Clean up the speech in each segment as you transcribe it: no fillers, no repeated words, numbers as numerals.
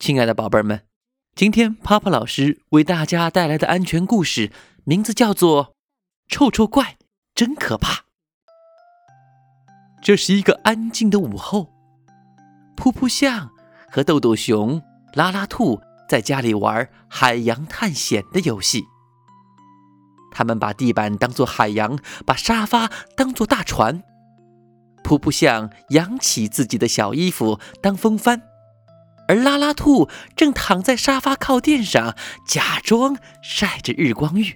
亲爱的宝贝们，今天泡泡老师为大家带来的安全故事，名字叫做《臭臭怪真可怕》。这是一个安静的午后，噗噗象和豆豆熊、拉拉兔在家里玩海洋探险的游戏。他们把地板当作海洋，把沙发当作大船。噗噗象扬起自己的小衣服当风帆，而拉拉兔正躺在沙发靠垫上，假装晒着日光浴。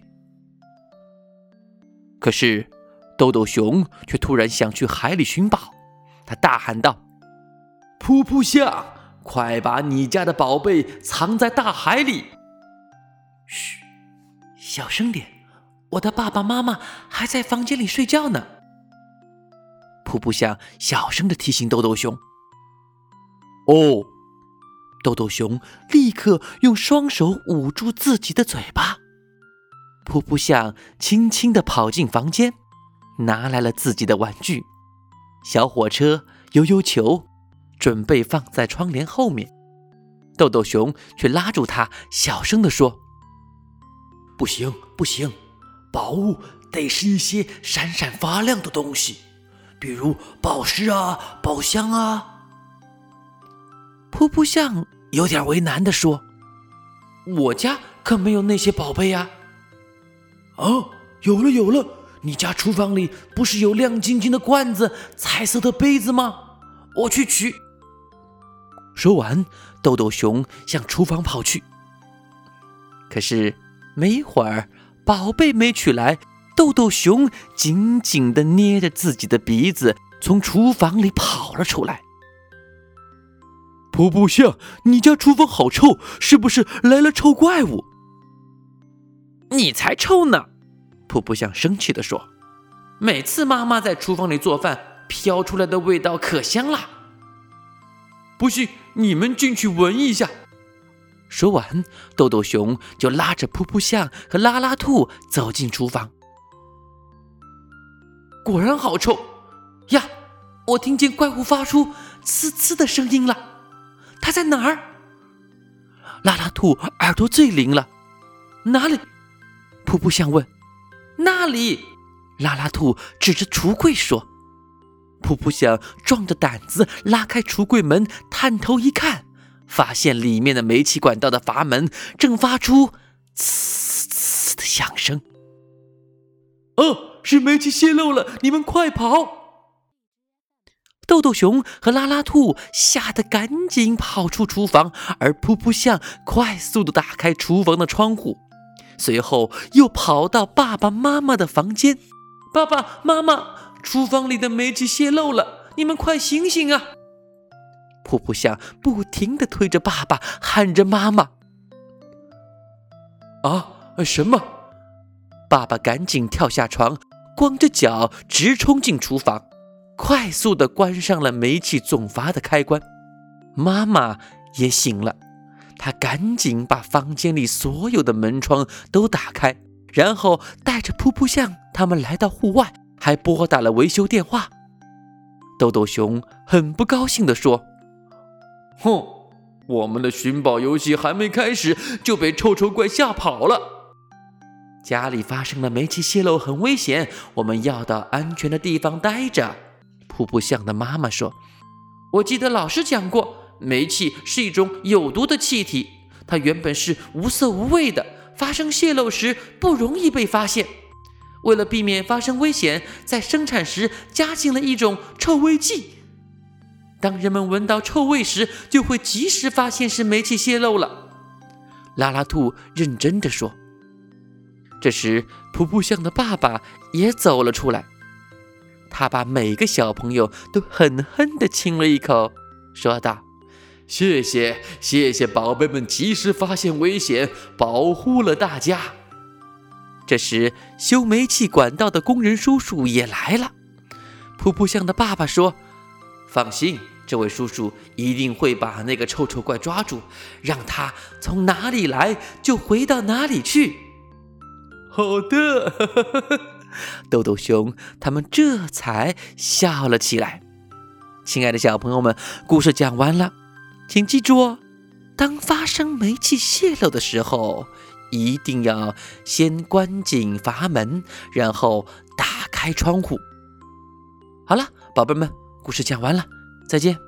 可是豆豆熊却突然想去海里寻宝，他大喊道：噗噗象，快把你家的宝贝藏在大海里！嘘，小声点，我的爸爸妈妈还在房间里睡觉呢。噗噗象小声地提醒豆豆熊。哦，豆豆熊立刻用双手捂住自己的嘴巴。噗噗象轻轻地跑进房间，拿来了自己的玩具小火车、悠悠球，准备放在窗帘后面。豆豆熊却拉住他，小声地说：不行不行，宝物得是一些闪闪发亮的东西，比如宝石啊、宝箱啊。噗噗象有点为难地说：我家可没有那些宝贝啊。有了有了，你家厨房里不是有亮晶晶的罐子、彩色的杯子吗？我去取。说完，豆豆熊向厨房跑去。可是没一会儿，宝贝没取来，豆豆熊紧紧地捏着自己的鼻子，从厨房里跑了出来。噗噗象，你家厨房好臭，是不是来了臭怪物？你才臭呢！噗噗象生气地说：每次妈妈在厨房里做饭，飘出来的味道可香了。不信，你们进去闻一下。说完，豆豆熊就拉着噗噗象和拉拉兔走进厨房。果然好臭呀！我听见怪物发出呲呲的声音了。它在哪儿？拉拉兔耳朵最灵了。哪里？噗噗象问。那里！拉拉兔指着橱柜说。噗噗象壮着胆子拉开橱柜门，探头一看，发现里面的煤气管道的阀门正发出呲呲的响声。是煤气泄漏了，你们快跑！豆豆熊和拉拉兔吓得赶紧跑出厨房，而噗噗象快速地打开厨房的窗户，随后又跑到爸爸妈妈的房间。爸爸妈妈，厨房里的煤气泄漏了，你们快醒醒啊！噗噗象不停地推着爸爸，喊着妈妈。什么？爸爸赶紧跳下床，光着脚直冲进厨房，快速地关上了煤气总阀的开关。妈妈也醒了，她赶紧把房间里所有的门窗都打开，然后带着噗噗象他们来到户外，还拨打了维修电话。豆豆熊很不高兴地说：我们的寻宝游戏还没开始，就被臭臭怪吓跑了。家里发生了煤气泄漏，很危险，我们要到安全的地方待着。噗噗象的妈妈说：我记得老师讲过，煤气是一种有毒的气体，它原本是无色无味的，发生泄漏时不容易被发现。为了避免发生危险，在生产时加进了一种臭味剂，当人们闻到臭味时，就会及时发现是煤气泄漏了。拉拉兔认真地说。这时噗噗象的爸爸也走了出来，他把每个小朋友都狠狠地亲了一口，说道：谢谢宝贝们及时发现危险，保护了大家。这时修煤气管道的工人叔叔也来了。噗噗象的爸爸说：放心，这位叔叔一定会把那个臭臭怪抓住，让他从哪里来就回到哪里去。好的，豆豆熊他们这才笑了起来。亲爱的小朋友们，故事讲完了，请记住哦， 当发生煤气泄漏的时候，一定要先关紧阀门，然后打开窗户。好了，宝贝们，故事讲完了，再见。